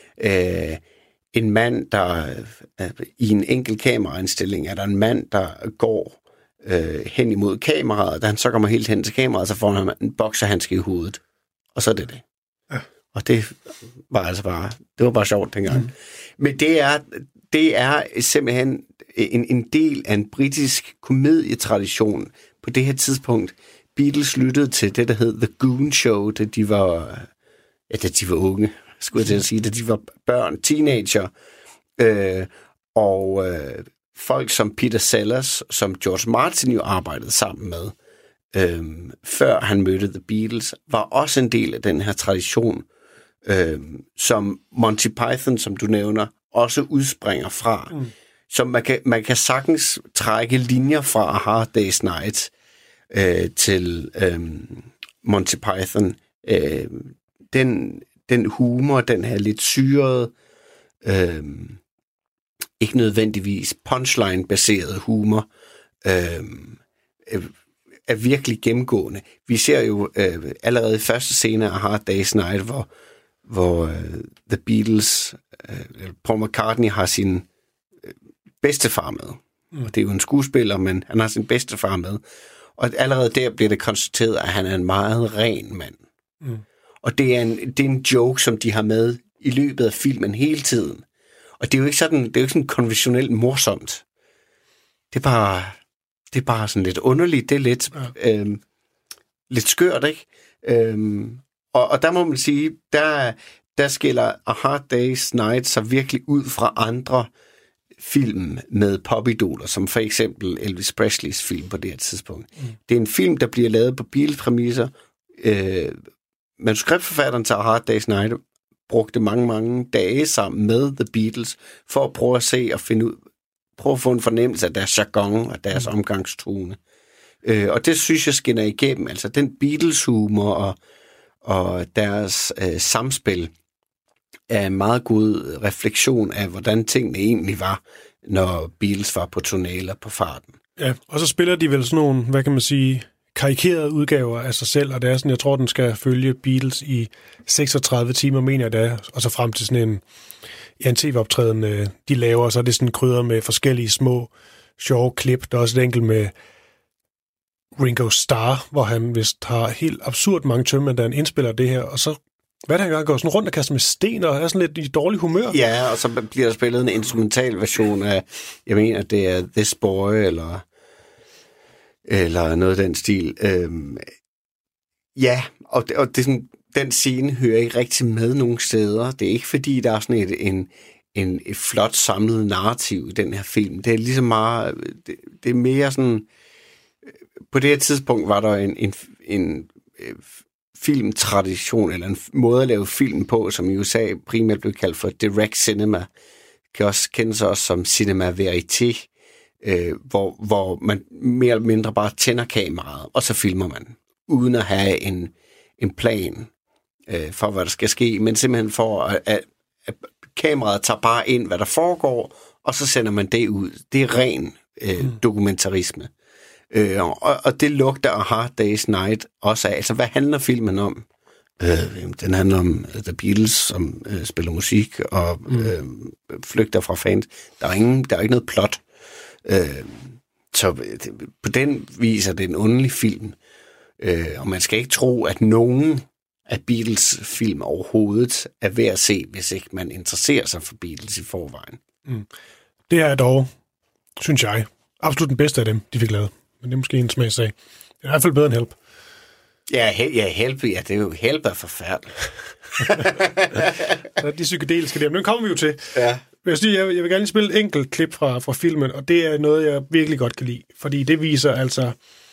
En mand, der i en enkelt kameraindstilling, er der en mand, der går hen imod kameraet. Da han så kommer helt hen til kameraet, så får han en bokserhandske i hovedet. Og så er det. Ja. Og det var altså bare sjovt dengang. Men det er simpelthen en del af en britisk komedietradition på det her tidspunkt. Beatles lyttede til det, der hed The Goon Show, da de var unge, skulle jeg til at sige, da de var børn, teenager. Folk som Peter Sellers, som George Martin jo arbejdede sammen med, før han mødte The Beatles, var også en del af den her tradition, som Monty Python, som du nævner, også udspringer fra. Så man kan sagtens trække linjer fra A Hard Day's Night til Monty Python. Den humor, den her lidt syrede, ikke nødvendigvis punchline-baseret humor, er virkelig gennemgående. Vi ser jo allerede i første scene af Hard Day's Night, hvor The Beatles, Paul McCartney har sin bedstefar med. Og det er jo en skuespiller, men han har sin bedstefar med. Og allerede der bliver det konstateret, at han er en meget ren mand. Og det er en joke, som de har med i løbet af filmen hele tiden. Og det er jo ikke sådan konventionelt morsomt. Det er bare sådan lidt underligt. Det er lidt skørt, ikke? Og der må man sige, der skiller A Hard Day's Night så virkelig ud fra andre film med popidoler, som for eksempel Elvis Presleys film på det her tidspunkt. Det er en film, der bliver lavet på Beatles-præmisser. Manuskriptforfatteren til A Hard Day's Night brugte mange dage sammen med The Beatles for at prøve at se og prøve at få en fornemmelse af deres jargon og deres omgangstone. Og det synes jeg skinner igennem. Altså den Beatles-humor og deres samspil er en meget god refleksion af, hvordan tingene egentlig var, når Beatles var på turné eller på farten. Ja, og så spiller de vel sådan nogle, hvad kan man sige, karikerede udgaver af sig selv, og det er sådan, jeg tror, den skal følge Beatles i 36 timer, mener jeg det er, og så frem til sådan en tv-optræden, de laver, og så er det sådan krydder med forskellige små, sjove klip. Der er også et enkelt med Ringo Starr, hvor han vist har helt absurd mange tømmer, da han indspiller det her, og så hvad der går sådan rundt og kaster med sten og er sådan lidt i dårlig humør. Ja, og så bliver der spillet en instrumental version af, jeg mener, det er This Boy, eller noget af den stil. Ja, og det er sådan, den scene hører ikke rigtig med nogen steder. Det er ikke fordi, der er sådan et flot samlet narrativ i den her film. Det er ligesom meget, det er mere sådan, på det her tidspunkt var der en filmtradition, eller en måde at lave film på, som i USA primært blev kaldt for direct cinema, kan også kendes også som cinema verité, hvor man mere eller mindre bare tænder kameraet, og så filmer man, uden at have en plan for, hvad der skal ske, men simpelthen for, at kameraet tager bare ind, hvad der foregår, og så sender man det ud. Det er ren dokumentarisme. Og det lugter af Hard Day's Night også af. Altså, hvad handler filmen om? Den handler om The Beatles, som spiller musik og flygter fra fans. Der er ikke noget plot. Så på den vis er det en underlig film. Og man skal ikke tro, at nogen af Beatles film overhovedet er værd at se, hvis ikke man interesserer sig for Beatles i forvejen. Det er dog, synes jeg, absolut den bedste af dem, de fik lavet. Men det er måske en smagsag. Det er i hvert fald bedre end Help. Ja, Help, ja, det er jo Help er forfærdeligt. De psykedeliske der, men den kommer vi jo til. Ja. Jeg vil gerne lige spille et enkelt klip fra filmen, og det er noget, jeg virkelig godt kan lide. Fordi det viser altså,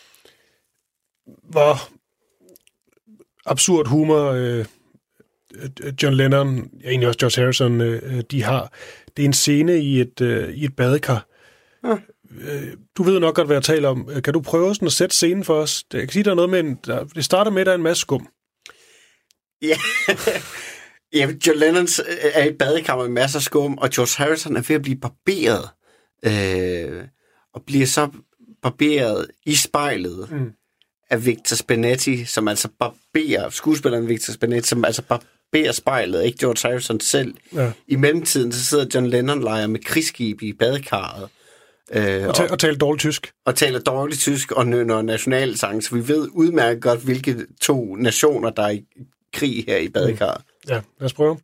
hvor absurd humor John Lennon, ja, egentlig også George Harrison, de har. Det er en scene i et badekar. Ja. Du ved nok godt, hvad jeg taler om. Kan du prøve sådan at sætte scenen for os? Jeg kan sige, der er noget med det starter med, at der er en masse skum. Ja. Ja, John Lennon er i et badekar med masser af skum, og George Harrison er ved at blive barberet. Og bliver så barberet i spejlet af Victor Spinetti, som altså barberer, skuespilleren Victor Spinetti, som altså barberer spejlet, ikke George Harrison selv. Ja. I mellemtiden så sidder John Lennon leger med krigsskib i badekarret, Og taler dårligt tysk. Og taler dårligt tysk og nynner nationalsang, så vi ved udmærket godt, hvilke 2 nationer, der er i krig her i badekarret. Ja, lad os prøve.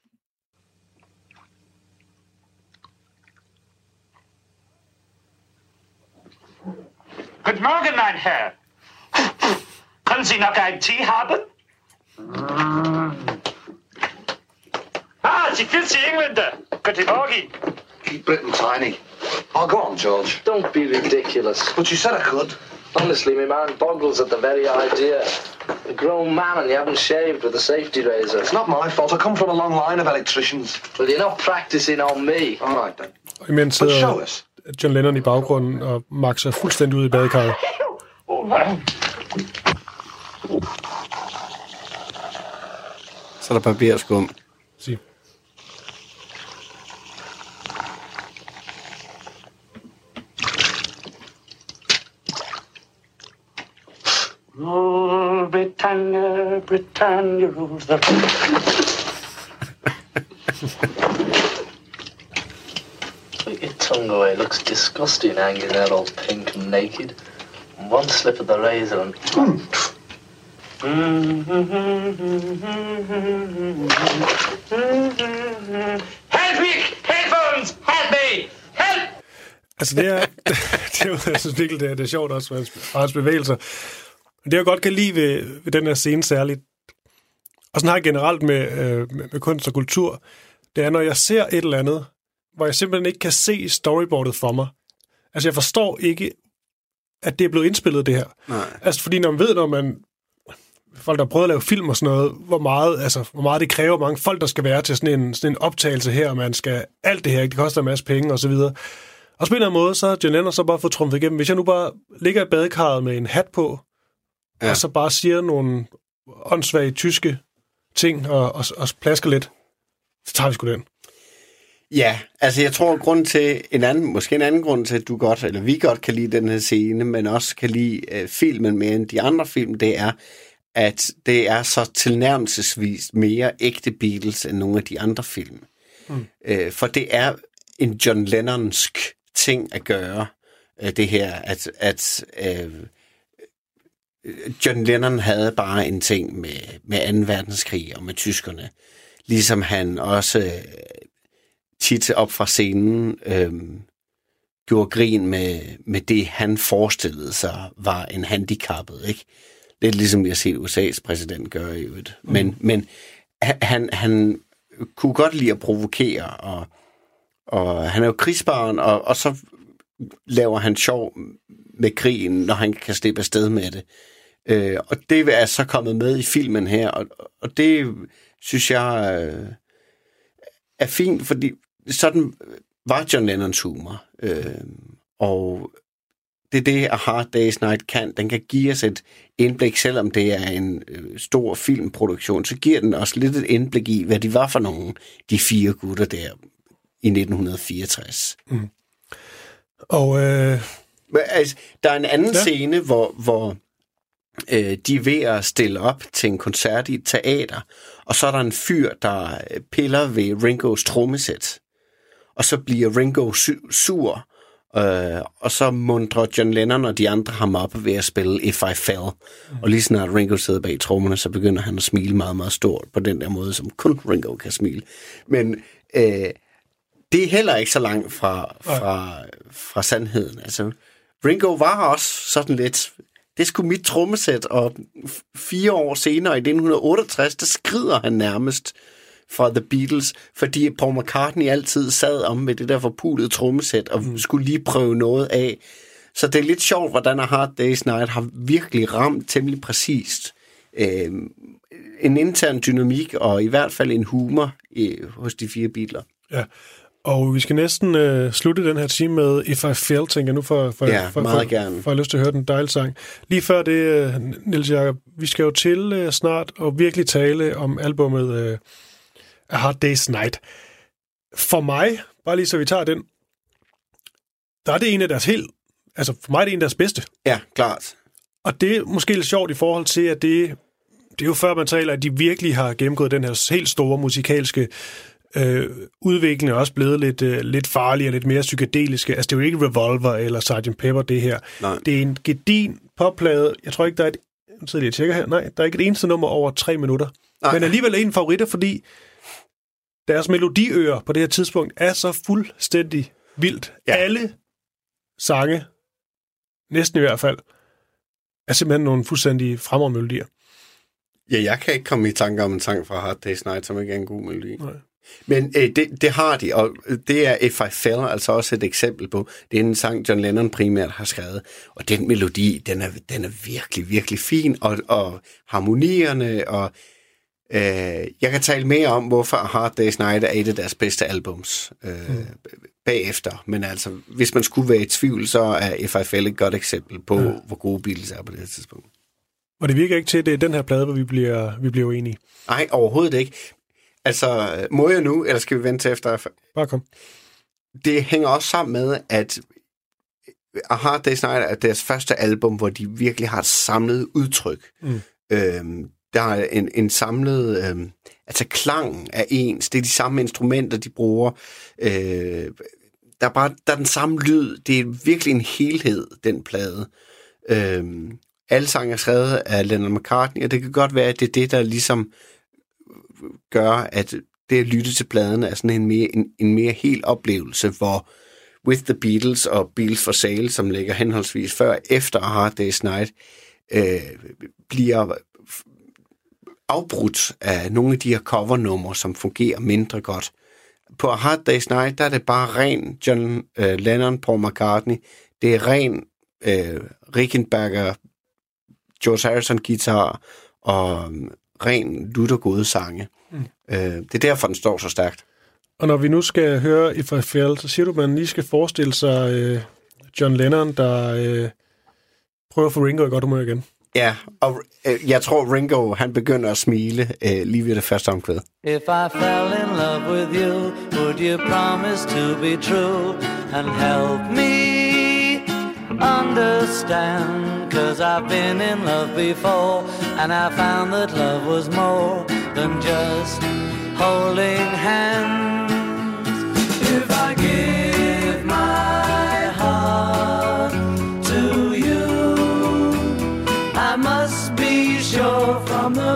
Guten Morgen, mein Herr. Können Sie noch einen Tee haben? Sie sind die Engländer. Guten Morgen. Keep Britain tiny. Oh, go on, George. Don't be ridiculous. But you said I could. Honestly, my man boggles at the very idea. A grown man and you haven't shaved with a safety razor. It's not my fault. I come from a long line of electricians. Well, you're not practicing on me. All right, then. Imens sidder John Lennon i baggrunden og makser fuldstændig ud i badekarret. Så er der barberskum. Sig. Oh, Britannia, Britannia rules the Put your tongue away. It looks disgusting hanging there all pink and naked. And one slip of the razor and... Help me! Headphones! Help me! Help! Altså det er jo, jeg synes virkelig, det er sjovt også med hans bevægelser. Det jeg godt kan lide ved den her scene særligt, og sådan har jeg generelt med kunst og kultur, det er, når jeg ser et eller andet, hvor jeg simpelthen ikke kan se storyboardet for mig. Altså jeg forstår ikke, at det er blevet indspillet, det her. Nej. Altså fordi når man ved, når man folk, der har prøvet at lave film og sådan noget, hvor meget det kræver, mange folk, der skal være til sådan en optagelse her, og man skal alt det her, det koster en masse penge og så videre. Og på en eller anden måde, så har John Lennon så bare fået trumfet igennem. Hvis jeg nu bare ligger i badekarret med en hat på, og så bare siger nogle åndssvage tyske ting og plasker lidt, så tager vi sgu den. Ja, altså jeg tror, grund til en anden grund til, at du godt, eller vi godt kan lide den her scene, men også kan lide filmen mere end de andre film, det er, at det er så tilnærmelsesvis mere ægte Beatles end nogle af de andre film. For det er en John Lennonsk ting at gøre, det her, at John Lennon havde bare en ting med 2. verdenskrig og med tyskerne, ligesom han også tit op fra scenen gjorde grin med det, han forestillede sig var en handicappet, ikke? Lidt ligesom jeg har set USA's præsident gøre i øvrigt. Men han kunne godt lide at provokere, og han er jo krigsbarn, og så laver han sjov med krigen, når han kan slippe afsted med det. Og det er så kommet med i filmen her, og det synes jeg er fint, fordi sådan var John Lennons humor. Og det er det, A Hard Day's Night kan. Den kan give os et indblik, selvom det er en stor filmproduktion, så giver den også lidt et indblik i, hvad de var for nogle, de 4 gutter der i 1964. Og altså, der er en anden scene, hvor de er ved at stille op til en koncert i et teater, og så er der en fyr, der piller ved Ringos trommesæt, og så bliver Ringo sur, og så mundrer John Lennon og de andre ham op ved at spille If I Fell. Og lige snart Ringo sidder bag trommerne, så begynder han at smile meget, meget stort på den der måde, som kun Ringo kan smile. Men det er heller ikke så langt fra sandheden. Altså, Ringo var også sådan lidt... Det er sgu mit trommesæt, og 4 år senere, i 1968, der skrider han nærmest fra The Beatles, fordi Paul McCartney altid sad om med det der forpulede trommesæt, og skulle lige prøve noget af. Så det er lidt sjovt, hvordan A Hard Day's Night har virkelig ramt temmelig præcist en intern dynamik, og i hvert fald en humor hos de 4 Beatles. Ja, og vi skal næsten slutte den her time med If I Fell, tænker jeg nu, for jeg har lyst til at høre den dejlige sang. Lige før det, Niels Jakob, vi skal jo til snart og virkelig tale om albummet A Hard Day's Night. For mig, bare lige så vi tager den, der er det en af deres for mig er det en af deres bedste. Ja, klart. Og det er måske lidt sjovt i forhold til, at det er jo før man taler, at de virkelig har gennemgået den her helt store musikalske Udviklingen er også blevet lidt farlig og lidt mere psykedeliske. Altså, det er jo ikke Revolver eller Sgt. Pepper, det her. Nej. Det er en gedin popplade. Jeg tror ikke, der er sidder lige og tjekker her. Nej, der er ikke et eneste nummer over 3 minutter. Nej. Men alligevel er en favoritter, fordi deres melodiøer på det her tidspunkt er så fuldstændig vildt. Ja. Alle sange, næsten i hvert fald, er simpelthen nogle fuldstændig fremragende melodier. Ja, jeg kan ikke komme i tanke om en sang fra Hard Day's Night, som ikke er en god melodi. Nej. Men det har de, og det er If I Fell altså også et eksempel på. Det er en sang, John Lennon primært har skrevet, og den melodi, den er virkelig, virkelig fin, og harmonierne, og jeg kan tale mere om, hvorfor Hard Day's Night er et af deres bedste albums bagefter. Men altså, hvis man skulle være i tvivl, så er If I Fell et godt eksempel på, hvor gode Beatles er på det her tidspunkt. Og det virker ikke til, at det er den her plade, hvor vi bliver enige. Nej, overhovedet ikke. Altså, må jeg nu, eller skal vi vente til efter? Bare kom. Det hænger også sammen med, at A Hard Day's Night er deres første album, hvor de virkelig har et samlet udtryk. Der er en samlet... altså, klangen er ens. Det er de samme instrumenter, de bruger. Der er den samme lyd. Det er virkelig en helhed, den plade. Alle sange er skrevet af Lennon McCartney, og det kan godt være, at det er det, der ligesom gør, at det at lytte til pladen er sådan en mere hel oplevelse, hvor With the Beatles og Beatles for Sale, som ligger henholdsvis før og efter A Hard Day's Night, bliver afbrudt af nogle af de her covernumre, som fungerer mindre godt. På A Hard Day's Night, der er det bare ren John Lennon, Paul McCartney. Det er ren Rickenbacker, George Harrison guitar og ren luthergode sange. Det er derfor, den står så stærkt. Og når vi nu skal høre If I Fell, så siger du, at man lige skal forestille sig John Lennon, der prøver at få Ringo i godt humør igen. Ja, og jeg tror, Ringo, han begynder at smile lige ved det første omkvæd. If I fell in love with you, would you promise to be true and help me understand? 'Cause I've been in love before, and I found that love was more than just holding hands. If I give my heart to you, I must be sure from the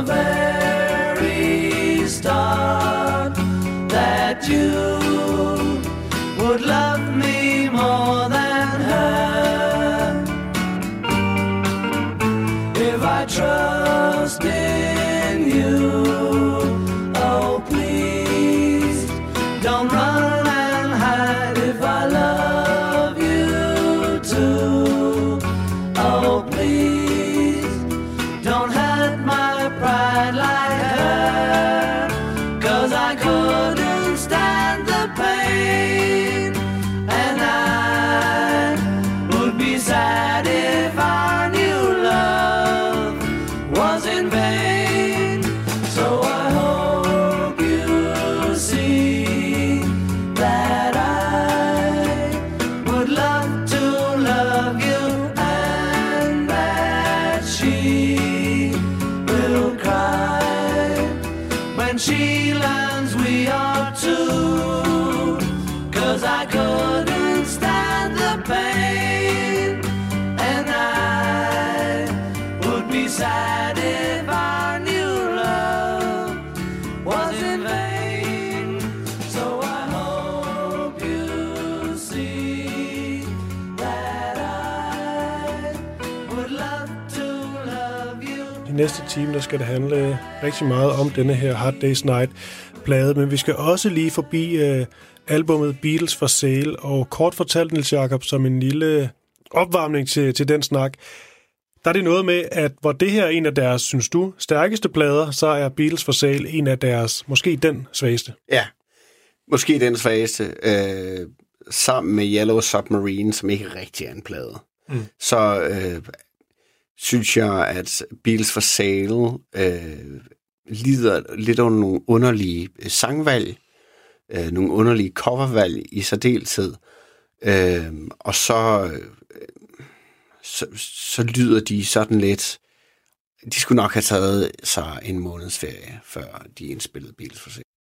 very start that you would love me more than her. If I trust in you, oh please, don't run and hide. If I love you too, oh please, don't hurt my pride like her. 'Cause I couldn't stand the pain, and I would be sad if I knew love was in vain. So I hope you see that I would love to love you, and that she will cry when she learns we are two. 'Cause I couldn't stand the pain, and I would be sad if I knew love was in vain. So I hope you see that I would love to love you. I næste time, der skal det handle rigtig meget om denne her Hard Day's Night-plade, men vi skal også lige forbi albummet Beatles for Sale, og kort fortalt, Niels Jakob, som en lille opvarmning til den snak, der er det noget med, at hvor det her er en af deres, synes du, stærkeste plader, så er Beatles for Sale en af deres, måske den svageste. Ja, måske den svageste, sammen med Yellow Submarine, som ikke rigtig er en plade. Så synes jeg, at Beatles for Sale lider lidt under nogle underlige sangvalg, nogle underlige covervalg i særdeleshed, og så lyder de sådan lidt... De skulle nok have taget sig en måneds ferie, før de indspillede Beatles for Sale.